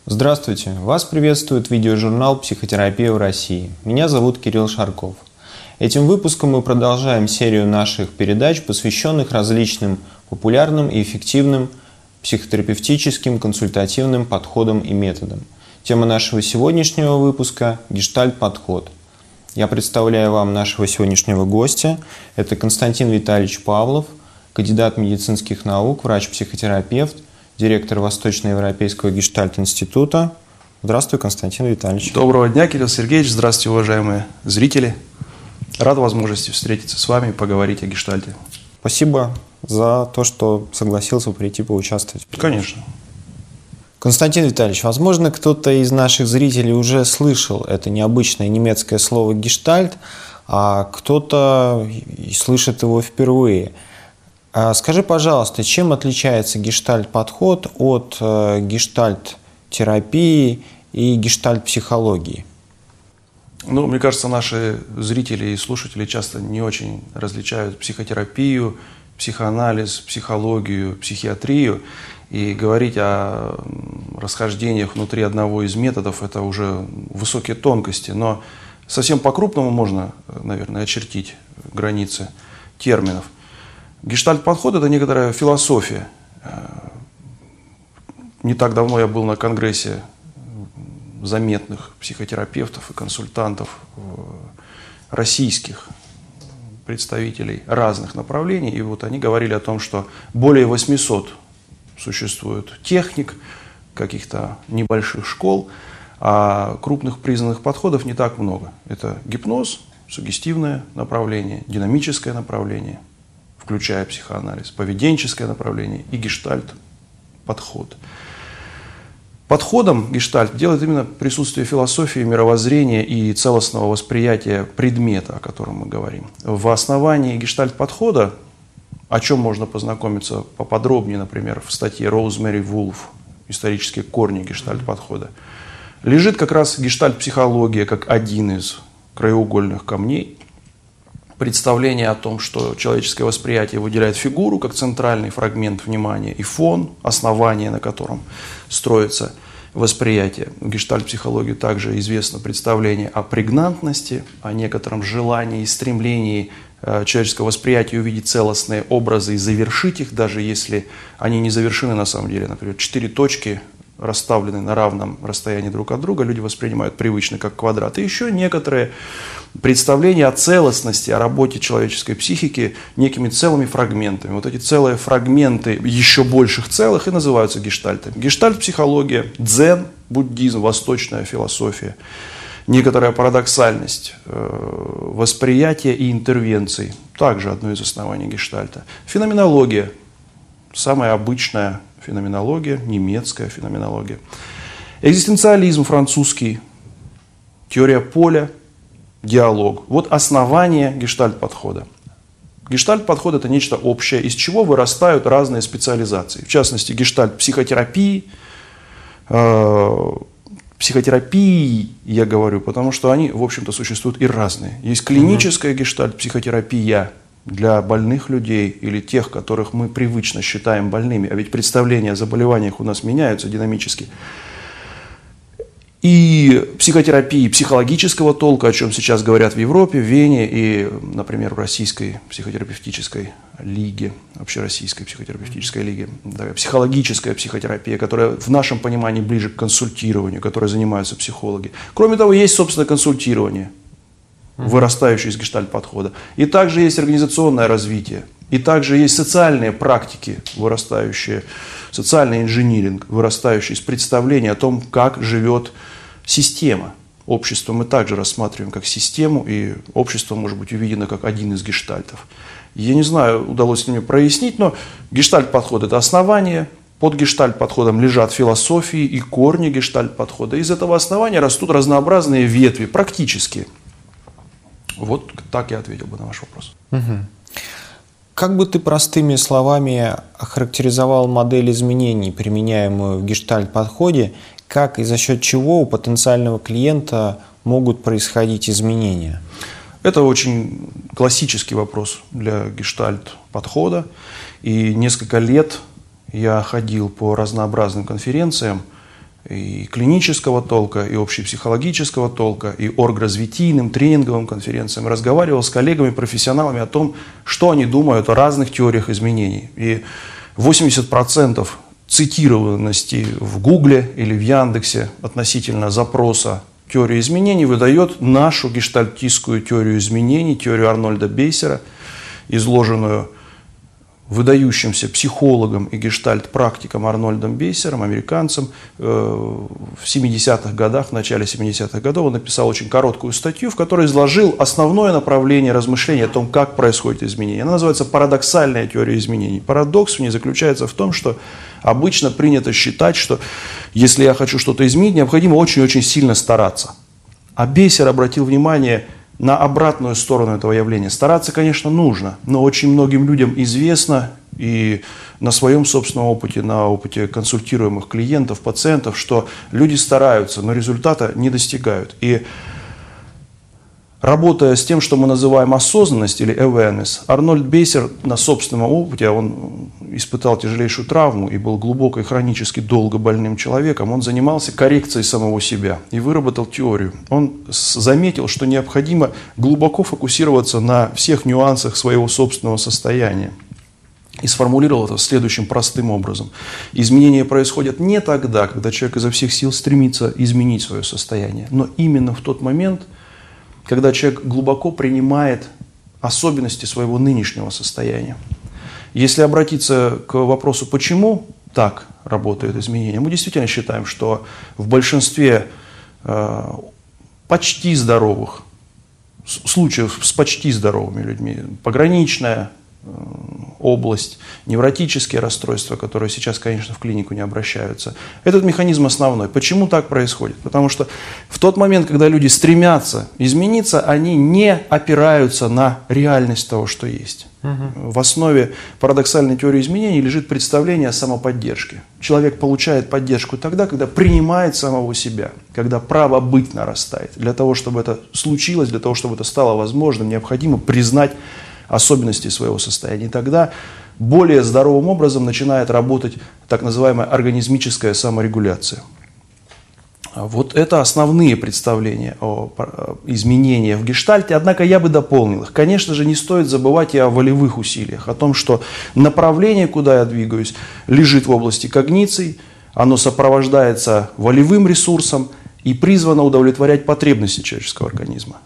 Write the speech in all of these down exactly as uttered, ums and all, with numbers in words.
Здравствуйте! Вас приветствует видеожурнал «Психотерапия в России». Меня зовут Кирилл Шарков. Этим выпуском мы продолжаем серию наших передач, посвященных различным популярным и эффективным психотерапевтическим консультативным подходам и методам. Тема нашего сегодняшнего выпуска – гештальт-подход. Я представляю вам нашего сегодняшнего гостя. Это Константин Витальевич Павлов, кандидат медицинских наук, врач-психотерапевт, директор Восточноевропейского гештальт-института. Здравствуй, Константин Витальевич. Доброго дня, Кирилл Сергеевич. Здравствуйте, уважаемые зрители. Рад возможности встретиться с вами и поговорить о гештальте. Спасибо за то, что согласился прийти поучаствовать. Конечно. Константин Витальевич, возможно, кто-то из наших зрителей уже слышал это необычное немецкое слово «гештальт», а кто-то слышит его впервые. Скажи, пожалуйста, чем отличается гештальт-подход от э, гештальт-терапии и гештальт-психологии? Ну, мне кажется, наши зрители и слушатели часто не очень различают психотерапию, психоанализ, психологию, психиатрию. И говорить о расхождениях внутри одного из методов – это уже высокие тонкости. Но совсем по-крупному можно, наверное, очертить границы терминов. Гештальт-подход – это некоторая философия. Не так давно я был на конгрессе заметных психотерапевтов и консультантов российских, представителей разных направлений. И вот они говорили о том, что более восьмисот существует техник, каких-то небольших школ, а крупных признанных подходов не так много. Это гипноз, суггестивное направление, динамическое направление, включая психоанализ, поведенческое направление и гештальт-подход. Подходом гештальт делает именно присутствие философии, мировоззрения и целостного восприятия предмета, о котором мы говорим. В основании гештальт-подхода, о чем можно познакомиться поподробнее, например, в статье Роузмэри Вулф «Исторические корни гештальт-подхода», лежит как раз гештальт-психология как один из краеугольных камней. Представление о том, что человеческое восприятие выделяет фигуру как центральный фрагмент внимания и фон, основание, на котором строится восприятие. В гештальт-психологии также известно представление о прегнантности, о некотором желании и стремлении человеческого восприятия увидеть целостные образы и завершить их, даже если они не завершены на самом деле. Например, четыре точки расставлены на равном расстоянии друг от друга, люди воспринимают привычно как квадрат. И еще некоторые представления о целостности, о работе человеческой психики некими целыми фрагментами. Вот эти целые фрагменты еще больших целых и называются гештальтами. Гештальт-психология, дзен, буддизм, восточная философия, некоторая парадоксальность э, восприятия и интервенций, также одно из оснований гештальта. Феноменология, самая обычная феноменология, немецкая феноменология. Экзистенциализм французский, теория поля, диалог. Вот основание гештальт-подхода. Гештальт-подход – это нечто общее, из чего вырастают разные специализации. В частности, гештальт-психотерапии. Э, психотерапии я говорю, потому что они, в общем-то, существуют и разные. Есть клиническая гештальт-психотерапия для больных людей или тех, которых мы привычно считаем больными, а ведь представления о заболеваниях у нас меняются динамически. И психотерапии психологического толка, о чем сейчас говорят в Европе, в Вене и, например, в Российской психотерапевтической лиге, общероссийской психотерапевтической лиге, да, психологическая психотерапия, которая в нашем понимании ближе к консультированию, которой занимаются психологи. Кроме того, есть, собственно, консультирование, вырастающее из гештальт-подхода. И также есть организационное развитие. И также есть социальные практики, вырастающие, социальный инжиниринг, вырастающий из представления о том, как живет система. Общество мы также рассматриваем как систему, и общество может быть увидено как один из гештальтов. Я не знаю, удалось ли мне прояснить, но гештальт-подход – это основание. Под гештальт-подходом лежат философии и корни гештальт-подхода. Из этого основания растут разнообразные ветви, практически. Вот так я ответил бы на ваш вопрос. Угу. Как бы ты простыми словами охарактеризовал модель изменений, применяемую в гештальт-подходе, как и за счет чего у потенциального клиента могут происходить изменения? Это очень классический вопрос для и клинического толка, и общепсихологического толка, и оргразвитийным, тренинговым конференциям. Разговаривал с коллегами, профессионалами о том, что они думают о разных теориях изменений. И восемьдесят процентов цитированности в Гугле или в Яндексе относительно запроса теории изменений выдает нашу гештальтистскую теорию изменений, теорию Арнольда Бейсера, изложенную выдающимся психологом и гештальт-практиком Арнольдом Бейсером, американцем. В семидесятых годах, в начале семидесятых годов он написал очень короткую статью, в которой изложил основное направление размышления о том, как происходит изменение. Она называется «Парадоксальная теория изменений». Парадокс в ней заключается в том, что обычно принято считать, что если я хочу что-то изменить, необходимо очень-очень сильно стараться. А Бейсер обратил внимание на обратную сторону этого явления. Стараться, конечно, нужно, но очень многим людям известно и на своем собственном опыте, на опыте консультируемых клиентов, пациентов, что люди стараются, но результата не достигают. И работая с тем, что мы называем осознанность или awareness, Арнольд Бейсер на собственном опыте, он испытал тяжелейшую травму и был глубоко и хронически долго больным человеком, он занимался коррекцией самого себя и выработал теорию. Он заметил, что необходимо глубоко фокусироваться на всех нюансах своего собственного состояния. И сформулировал это следующим простым образом. Изменения происходят не тогда, когда человек изо всех сил стремится изменить свое состояние, но именно в тот момент, когда человек глубоко принимает особенности своего нынешнего состояния. Если обратиться к вопросу, почему так работает изменение, мы действительно считаем, что в большинстве э, почти здоровых случаев с почти здоровыми людьми, пограничная э, область, невротические расстройства, которые сейчас, конечно, в клинику не обращаются. Этот механизм основной. Почему так происходит? Потому что в тот момент, когда люди стремятся измениться, они не опираются на реальность того, что есть. Угу. В основе парадоксальной теории изменений лежит представление о самоподдержке. Человек получает поддержку тогда, когда принимает самого себя, когда право быть нарастает. Для того, чтобы это случилось, для того, чтобы это стало возможным, необходимо признать особенности своего состояния. И тогда более здоровым образом начинает работать так называемая организмическая саморегуляция. Вот это основные представления о изменениях в гештальте, однако я бы дополнил их. Конечно же, не стоит забывать и о волевых усилиях, о том, что направление, куда я двигаюсь, лежит в области когниций, оно сопровождается волевым ресурсом и призвано удовлетворять потребности человеческого организма.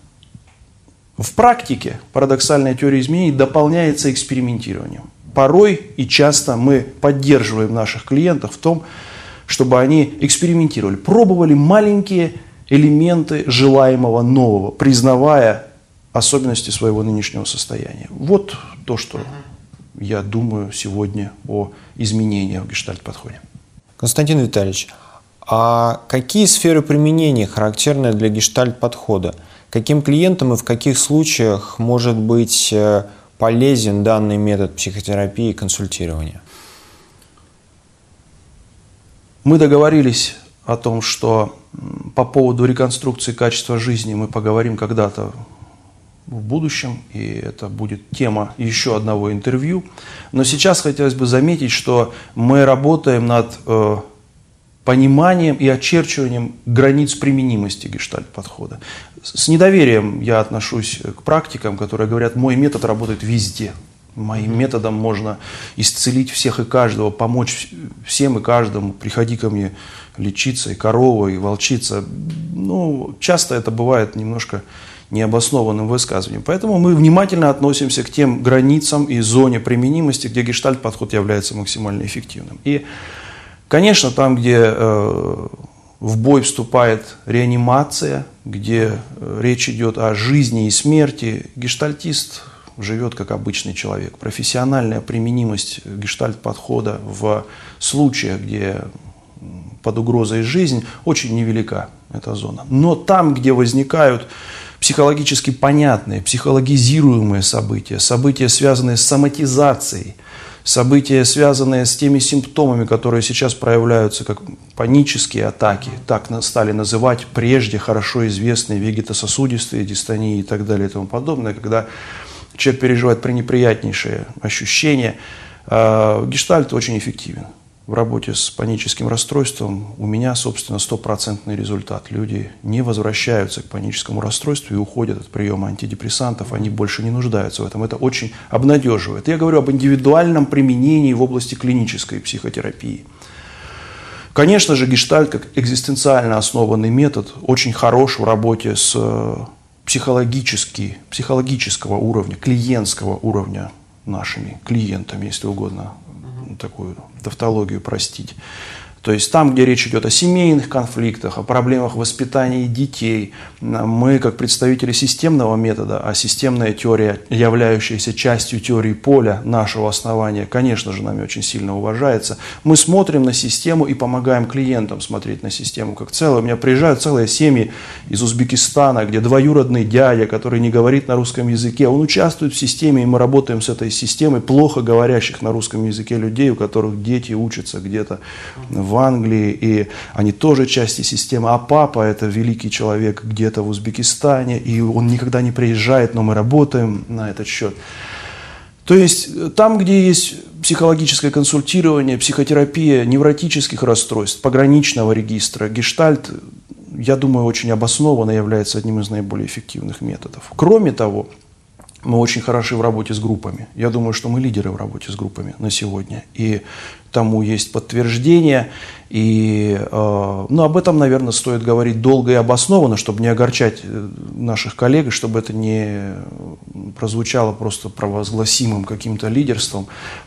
В практике парадоксальная теория изменений дополняется экспериментированием. Порой и часто мы поддерживаем наших клиентов в том, чтобы они экспериментировали, пробовали маленькие элементы желаемого нового, признавая особенности своего нынешнего состояния. Вот то, что я думаю сегодня о изменениях в гештальт-подходе. Константин Витальевич, а какие сферы применения характерны для гештальт-подхода? Каким клиентам и в каких случаях может быть полезен данный метод психотерапии и консультирования? Мы договорились о том, что по поводу реконструкции качества жизни мы поговорим когда-то в будущем, и это будет тема еще одного интервью. Но сейчас хотелось бы заметить, что мы работаем над э, пониманием и очерчиванием границ применимости гештальт-подхода. С недоверием я отношусь к практикам, которые говорят, мой метод работает везде. Моим методом можно исцелить всех и каждого, помочь всем и каждому. Приходи ко мне лечиться, и корова, и волчица. Ну, часто это бывает немножко необоснованным высказыванием. Поэтому мы внимательно относимся к тем границам и зоне применимости, где гештальт-подход является максимально эффективным. И, конечно, там, где э, в бой вступает реанимация, где э, речь идет о жизни и смерти, гештальтист живет как обычный человек. Профессиональная применимость гештальт-подхода в случаях, где под угрозой жизнь, очень невелика эта зона. Но там, где возникают психологически понятные, психологизируемые события, события, связанные с соматизацией, события, связанные с теми симптомами, которые сейчас проявляются как панические атаки, так стали называть прежде хорошо известные вегетососудистые дистонии и так далее и тому подобное, когда человек переживает пренеприятнейшие ощущения, гештальт очень эффективен. в работе с паническим расстройством у меня, собственно, стопроцентный результат. Люди не возвращаются к паническому расстройству и уходят от приема антидепрессантов, они больше не нуждаются в этом. Это очень обнадеживает. Я говорю об индивидуальном применении в области клинической психотерапии. Конечно же, гештальт как экзистенциально основанный метод очень хорош в работе с психологически, психологического уровня, клиентского уровня нашими клиентами, если угодно такую тавтологию простить. То есть там, где речь идет о семейных конфликтах, о проблемах воспитания детей, мы, как представители системного метода, а системная теория, являющаяся частью теории поля нашего основания, конечно же, нами очень сильно уважается, мы смотрим на систему и помогаем клиентам смотреть на систему как целое. У меня приезжают целые семьи из Узбекистана, где двоюродный дядя, который не говорит на русском языке, он участвует в системе, и мы работаем с этой системой плохо говорящих на русском языке людей, у которых дети учатся где-то в в Англии, и они тоже части системы. А папа – это великий человек где-то в Узбекистане, и он никогда не приезжает, но мы работаем на этот счет. То есть там, где есть психологическое консультирование, психотерапия невротических расстройств, пограничного регистра, гештальт, я думаю, очень обоснованно является одним из наиболее эффективных методов. Кроме того, мы очень хороши в работе с группами. Я думаю, что мы лидеры в работе с группами на сегодня. И тому есть подтверждение. И, э, ну, об этом, наверное, стоит говорить долго и обоснованно, чтобы не огорчать наших коллег, и чтобы это не прозвучало просто провозгласимым каким-то лидерством.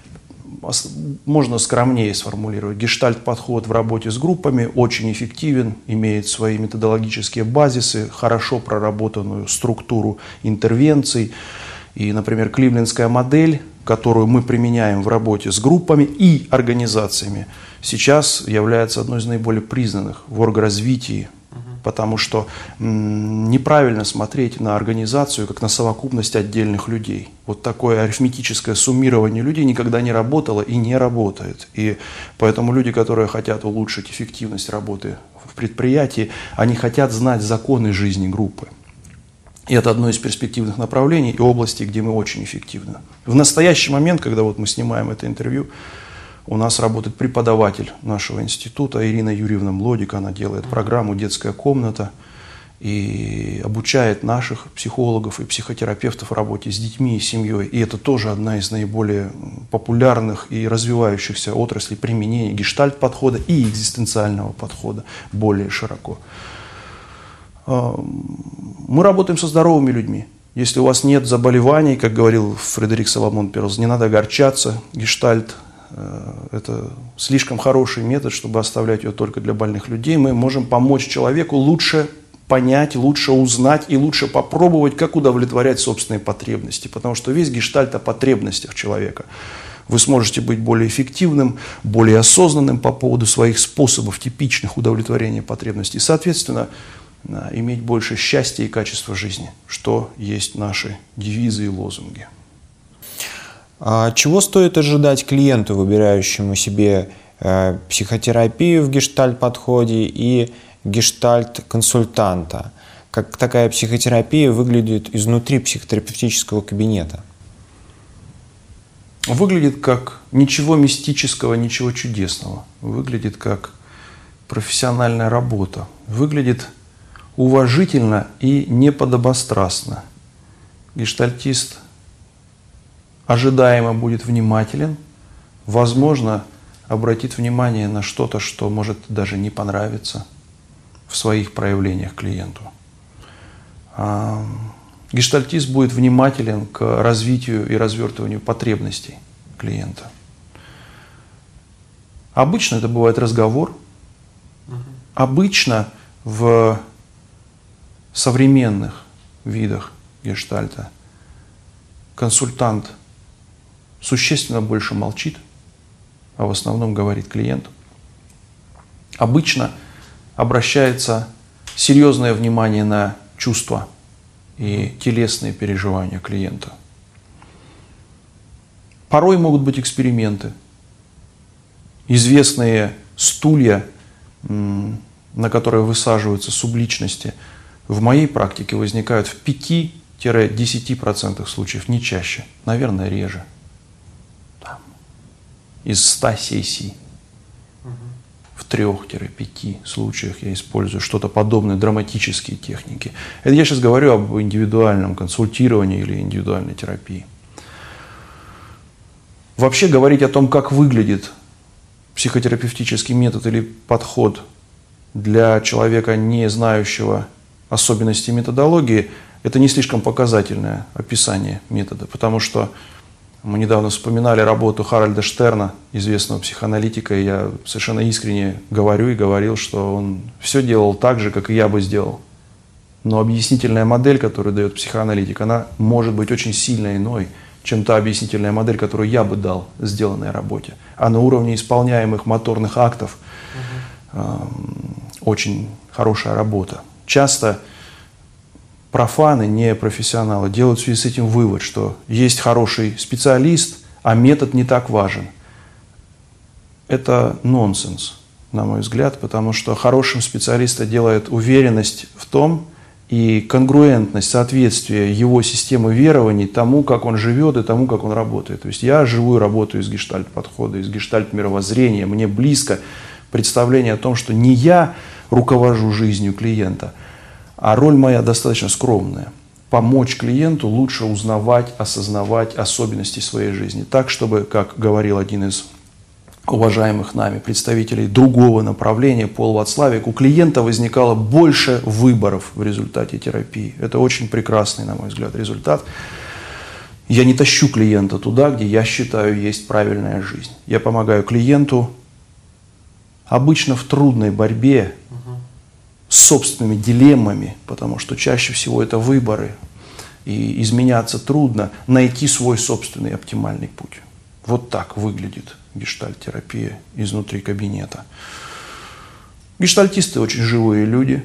Можно скромнее сформулировать. Гештальт-подход в работе с группами очень эффективен, имеет свои методологические базисы, хорошо проработанную структуру интервенций. И, например, кливлендская модель, которую мы применяем в работе с группами и организациями, сейчас является одной из наиболее признанных в оргразвитии, потому что м, неправильно смотреть на организацию как на совокупность отдельных людей. Вот такое арифметическое суммирование людей никогда не работало и не работает. И поэтому люди, которые хотят улучшить эффективность работы в предприятии, они хотят знать законы жизни группы. И это одно из перспективных направлений и областей, где мы очень эффективны. В настоящий момент, когда вот мы снимаем это интервью, у нас работает преподаватель нашего института Ирина Юрьевна Млодик. Она делает программу «Детская комната» и обучает наших психологов и психотерапевтов работе с детьми и семьей. И это тоже одна из наиболее популярных и развивающихся отраслей применения гештальт-подхода и экзистенциального подхода более широко. Мы работаем со здоровыми людьми. Если у вас нет заболеваний, как говорил Фредерик Соломон Перлс, не надо огорчаться. Гештальт – это слишком хороший метод, чтобы оставлять ее только для больных людей. Мы можем помочь человеку лучше понять, лучше узнать и лучше попробовать, как удовлетворять собственные потребности. Потому что весь гештальт о потребностях человека. Вы сможете быть более эффективным, более осознанным по поводу своих способов типичных удовлетворения потребностей. Соответственно, иметь больше счастья и качества жизни, что есть наши девизы и лозунги. А чего стоит ожидать клиенту, выбирающему себе э, психотерапию в гештальт-подходе и гештальт-консультанта? Как такая психотерапия выглядит изнутри психотерапевтического кабинета? Выглядит как ничего мистического, ничего чудесного. Выглядит как профессиональная работа. Выглядит уважительно и неподобострастно. Гештальтист ожидаемо будет внимателен, возможно, обратит внимание на что-то, что может даже не понравиться в своих проявлениях клиенту. Гештальтист будет внимателен к развитию и развертыванию потребностей клиента. Обычно это бывает разговор. Обычно в современных видах гештальта консультант существенно больше молчит, а в основном говорит клиенту. Обычно обращается серьезное внимание на чувства и телесные переживания клиента. Порой могут быть эксперименты. Известные стулья, на которые высаживаются субличности, в моей практике возникают в пяти-десяти процентах случаев, не чаще, наверное, реже. Там, из ста сессий. в трех-пяти случаях я использую что-то подобное, драматические техники. Это я сейчас говорю об индивидуальном консультировании или индивидуальной терапии. Вообще говорить о том, как выглядит психотерапевтический метод или подход для человека, не знающего особенностей методологии, это не слишком показательное описание метода, потому что мы недавно вспоминали работу Харальда Штерна, известного психоаналитика, и я совершенно искренне говорю и говорил, что он все делал так же, как и я бы сделал. Но объяснительная модель, которую дает психоаналитик, она может быть очень сильно иной, чем та объяснительная модель, которую я бы дал сделанной работе. А на уровне исполняемых моторных актов угу. э, очень хорошая работа. Часто профаны, не профессионалы, делают в связи с этим вывод, что есть хороший специалист, а метод не так важен. Это нонсенс, на мой взгляд, потому что хорошим специалиста делает уверенность в том и конгруентность, соответствие его системы верований тому, как он живет и тому, как он работает. То есть я живу и работаю из гештальт-подхода, из гештальт-мировоззрения, мне близко представление о том, что не я руковожу жизнью клиента, а роль моя достаточно скромная. Помочь клиенту лучше узнавать, осознавать особенности своей жизни. Так, чтобы, как говорил один из уважаемых нами представителей другого направления, Пол Вацлавик, у клиента возникало больше выборов в результате терапии. Это очень прекрасный, на мой взгляд, результат. Я не тащу клиента туда, где я считаю есть правильная жизнь. Я помогаю клиенту обычно в трудной борьбе с собственными дилеммами, потому что чаще всего это выборы, и изменяться трудно, найти свой собственный оптимальный путь. Вот так выглядит гештальт-терапия изнутри кабинета. Гештальтисты очень живые люди,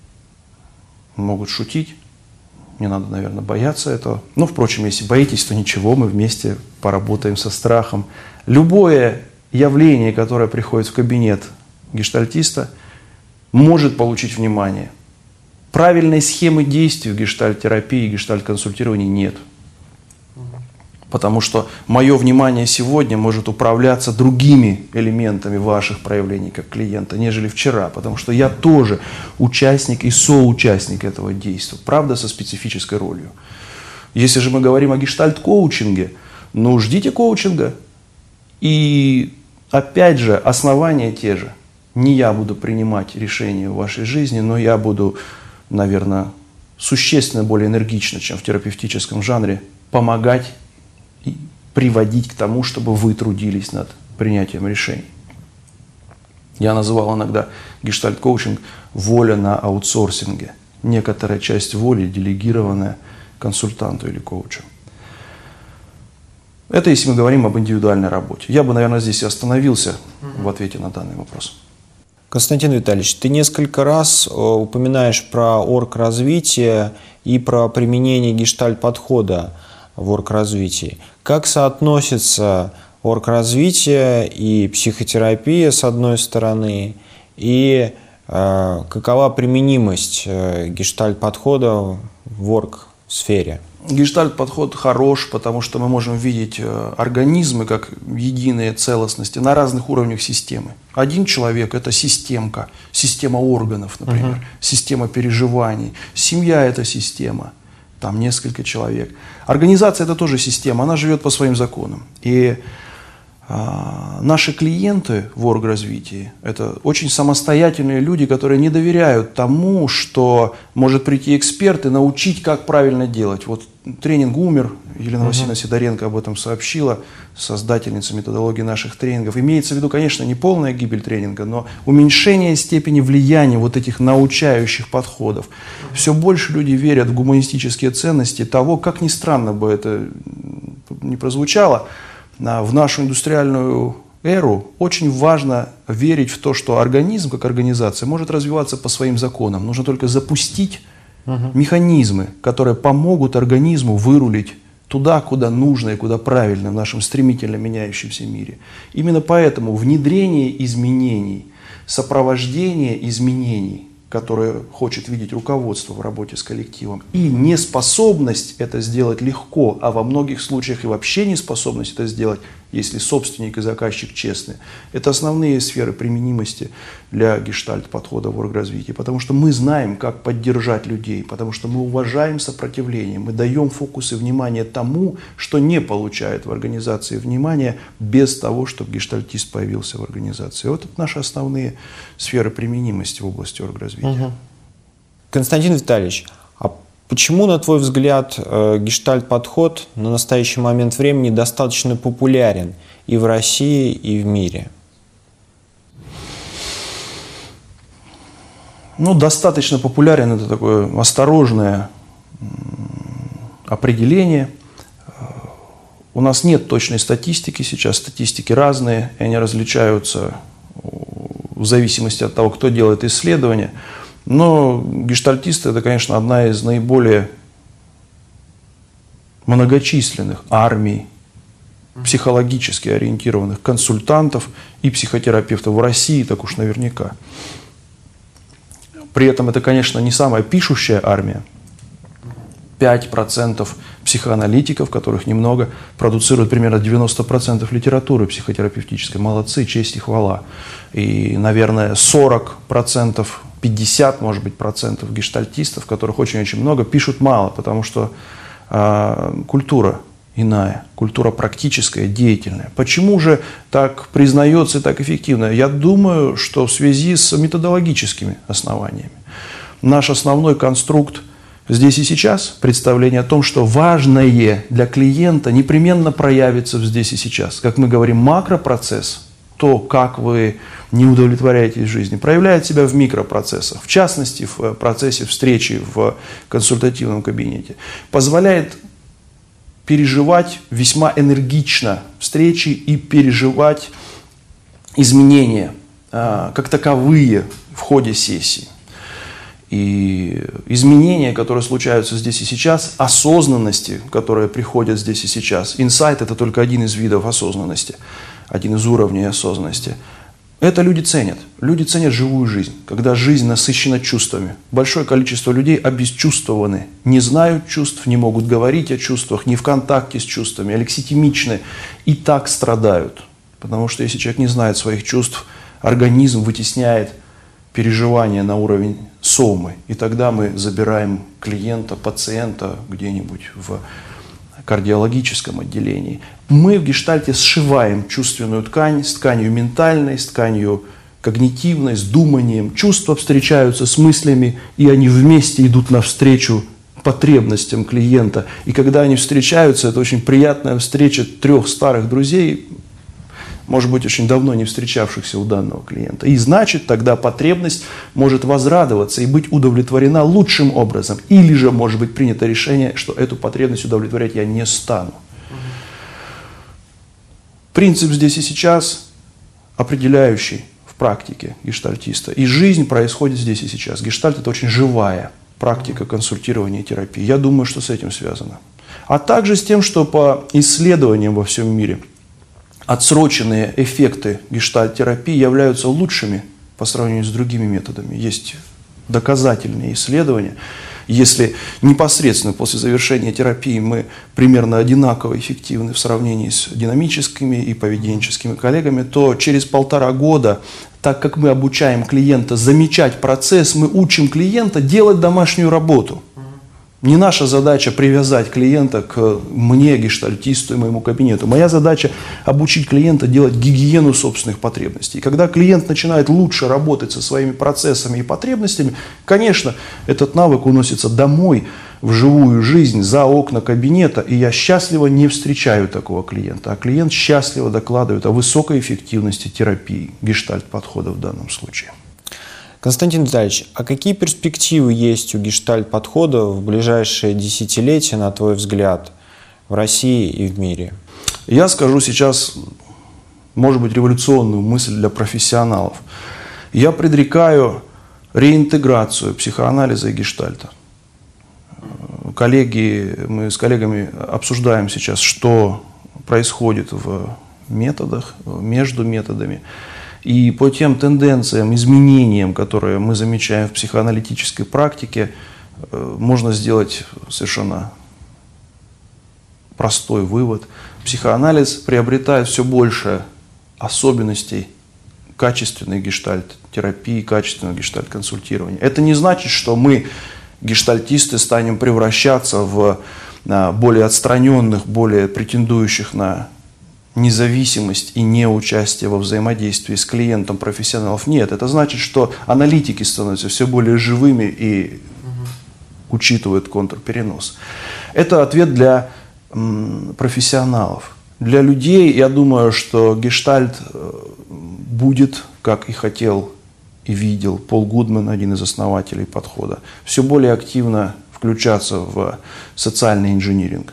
могут шутить, не надо, наверное, бояться этого. Но, впрочем, если боитесь, то ничего, мы вместе поработаем со страхом. Любое явление, которое приходит в кабинет гештальтиста, может получить внимание. Правильной схемы действий в гештальт-терапии и гештальт-консультировании нет. Потому что мое внимание сегодня может управляться другими элементами ваших проявлений как клиента, нежели вчера. Потому что я тоже участник и соучастник этого действия. Правда, со специфической ролью. Если же мы говорим о гештальт-коучинге, ну ждите коучинга. И опять же, основания те же. Не я буду принимать решения в вашей жизни, но я буду, наверное, существенно более энергично, чем в терапевтическом жанре, помогать и приводить к тому, чтобы вы трудились над принятием решений. Я называл иногда гештальт-коучинг «воля на аутсорсинге». Некоторая часть воли, делегированная консультанту или коучу. Это если мы говорим об индивидуальной работе. Я бы, наверное, здесь и остановился в ответе на данный вопрос. Константин Витальевич, ты несколько раз упоминаешь про орг-развитие и про применение гештальт-подхода в орг-развитии. Как соотносится орг-развитие и психотерапия с одной стороны, и э, какова применимость э, гештальт-подхода в орг-сфере? Гештальт-подход хорош, потому что мы можем видеть организмы как единые целостности на разных уровнях системы. Один человек – это системка, система органов, например, uh-huh. система переживаний. Семья – это система, там несколько человек. Организация – это тоже система, она живет по своим законам. И а, наши клиенты в орг-развитии – это очень самостоятельные люди, которые не доверяют тому, что может прийти эксперт и научить, как правильно делать. Вот тренинг умер, Елена uh-huh. Васильевна Сидоренко об этом сообщила, создательница методологии наших тренингов. Имеется в виду, конечно, не полная гибель тренинга, но уменьшение степени влияния вот этих научающих подходов. Uh-huh. Все больше люди верят в гуманистические ценности того, как ни странно бы это ни прозвучало, в нашу индустриальную эру очень важно верить в то, что организм, как организация, может развиваться по своим законам. Нужно только запустить uh-huh. механизмы, которые помогут организму вырулить туда, куда нужно и куда правильно в нашем стремительно меняющемся мире. Именно поэтому внедрение изменений, сопровождение изменений, которое хочет видеть руководство в работе с коллективом, и неспособность это сделать легко, а во многих случаях и вообще неспособность это сделать, если собственник и заказчик честны. Это основные сферы применимости для гештальт-подхода в оргразвитии, потому что мы знаем, как поддержать людей, потому что мы уважаем сопротивление, мы даем фокус и внимание тому, что не получает в организации внимания без того, чтобы гештальтист появился в организации. Вот это наши основные сферы применимости в области оргразвития. Угу. Константин Витальевич, а почему, на твой взгляд, гештальт-подход на настоящий момент времени достаточно популярен и в России, и в мире? Ну, достаточно популярен – это такое осторожное определение. У нас нет точной статистики сейчас, статистики разные, и они различаются в зависимости от того, кто делает исследования. Но гештальтисты – это, конечно, одна из наиболее многочисленных армий психологически ориентированных консультантов и психотерапевтов в России, так уж наверняка. При этом это, конечно, не самая пишущая армия. пять процентов психоаналитиков, которых немного, продуцируют примерно девяносто процентов литературы психотерапевтической. Молодцы, честь и хвала. И, наверное, сорок процентов, пятьдесят, может быть, процентов гештальтистов, которых очень-очень много, пишут мало, потому что э, культура иная, культура практическая, деятельная. Почему же так признается и так эффективно? Я думаю, что в связи с методологическими основаниями. Наш основной конструкт здесь и сейчас, представление о том, что важное для клиента непременно проявится в здесь и сейчас. Как мы говорим, макропроцесс, то, как вы не удовлетворяетесь в жизни, проявляет себя в микропроцессах, в частности, в процессе встречи в консультативном кабинете, позволяет переживать весьма энергично встречи и переживать изменения как таковые в ходе сессии. И изменения, которые случаются здесь и сейчас, осознанности, которые приходят здесь и сейчас, инсайт – это только один из видов осознанности, один из уровней осознанности. Это люди ценят. Люди ценят живую жизнь, когда жизнь насыщена чувствами. Большое количество людей обесчувствованы, не знают чувств, не могут говорить о чувствах, не в контакте с чувствами, алекситимичны и так страдают. Потому что если человек не знает своих чувств, организм вытесняет переживания на уровень сомы. И тогда мы забираем клиента, пациента где-нибудь в кардиологическом отделении. Мы в гештальте сшиваем чувственную ткань с тканью ментальной, с тканью когнитивной, с думанием. Чувства встречаются с мыслями, и они вместе идут навстречу потребностям клиента. И когда они встречаются, это очень приятная встреча трех старых друзей, может быть, очень давно не встречавшихся у данного клиента. И значит, тогда потребность может возрадоваться и быть удовлетворена лучшим образом. Или же может быть принято решение, что эту потребность удовлетворять я не стану. Принцип здесь и сейчас определяющий в практике гештальтиста. И жизнь происходит здесь и сейчас. Гештальт – это очень живая практика консультирования и терапии. Я думаю, что с этим связано. А также с тем, что по исследованиям во всем мире отсроченные эффекты гештальт-терапии являются лучшими по сравнению с другими методами. Есть доказательные исследования. Если непосредственно после завершения терапии мы примерно одинаково эффективны в сравнении с динамическими и поведенческими коллегами, то через полтора года, так как мы обучаем клиента замечать процесс, мы учим клиента делать домашнюю работу. Не наша задача привязать клиента к мне, гештальтисту и моему кабинету. Моя задача обучить клиента делать гигиену собственных потребностей. И когда клиент начинает лучше работать со своими процессами и потребностями, конечно, этот навык уносится домой, в живую жизнь, за окна кабинета, и я счастливо не встречаю такого клиента. А клиент счастливо докладывает о высокой эффективности терапии, гештальт-подхода в данном случае. Константин Витальевич, а какие перспективы есть у гештальт-подхода в ближайшие десятилетия, на твой взгляд, в России и в мире? Я скажу сейчас, может быть, революционную мысль для профессионалов. Я предрекаю реинтеграцию психоанализа и гештальта. Коллеги, мы с коллегами обсуждаем сейчас, что происходит в методах, между методами. И по тем тенденциям, изменениям, которые мы замечаем в психоаналитической практике, можно сделать совершенно простой вывод. психоанализ приобретает все больше особенностей качественной гештальт-терапии, качественного гештальт-консультирования. Это не значит, что мы, гештальтисты, станем превращаться в более отстраненных, более претендующих на независимость и неучастие во взаимодействии с клиентом профессионалов. Нет, это значит, что аналитики становятся все более живыми и угу. учитывают контрперенос. Это ответ для м, профессионалов. Для людей, я думаю, что гештальт будет, как и хотел и видел Пол Гудман, один из основателей подхода, все более активно включаться в социальный инжиниринг.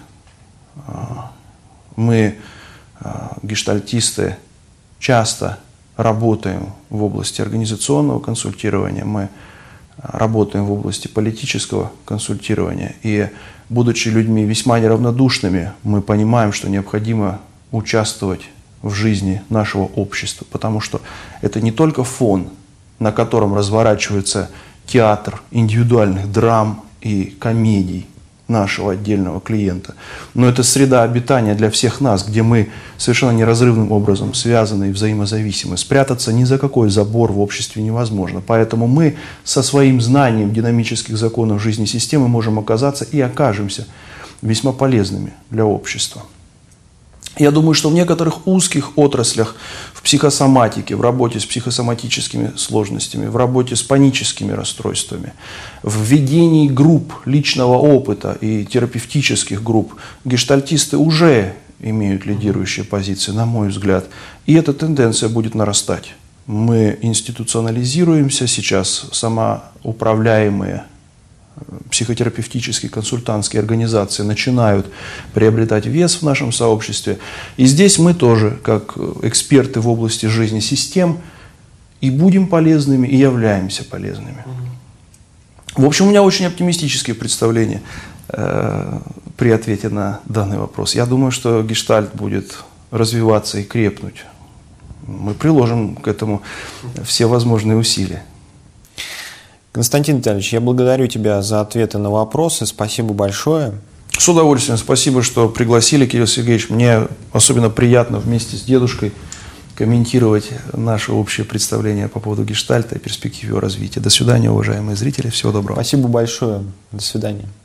Мы, гештальтисты, часто работаем в области организационного консультирования, мы работаем в области политического консультирования. И, будучи людьми весьма неравнодушными, мы понимаем, что необходимо участвовать в жизни нашего общества, потому что это не только фон, на котором разворачивается театр индивидуальных драм и комедий нашего отдельного клиента, но это среда обитания для всех нас, где мы совершенно неразрывным образом связаны и взаимозависимы. Спрятаться ни за какой забор в обществе невозможно. Поэтому мы со своим знанием динамических законов жизни системы можем оказаться и окажемся весьма полезными для общества. Я думаю, что в некоторых узких отраслях, в психосоматике, в работе с психосоматическими сложностями, в работе с паническими расстройствами, в ведении групп личного опыта и терапевтических групп, гештальтисты уже имеют лидирующие позиции, на мой взгляд. И эта тенденция будет нарастать. Мы институционализируемся сейчас, самоуправляемые психотерапевтические консультантские организации начинают приобретать вес в нашем сообществе. И здесь мы тоже, как эксперты в области жизни систем, и будем полезными, и являемся полезными. В общем, у меня очень оптимистические представления э, при ответе на данный вопрос. Я думаю, что гештальт будет развиваться и крепнуть. Мы приложим к этому все возможные усилия. Константин Витальевич, я благодарю тебя за ответы на вопросы. Спасибо большое. С удовольствием. Спасибо, что пригласили, Кирилл Сергеевич. Мне особенно приятно вместе с дедушкой комментировать наше общее представление по поводу гештальта и перспектив его развития. До свидания, уважаемые зрители. Всего доброго. Спасибо большое. До свидания.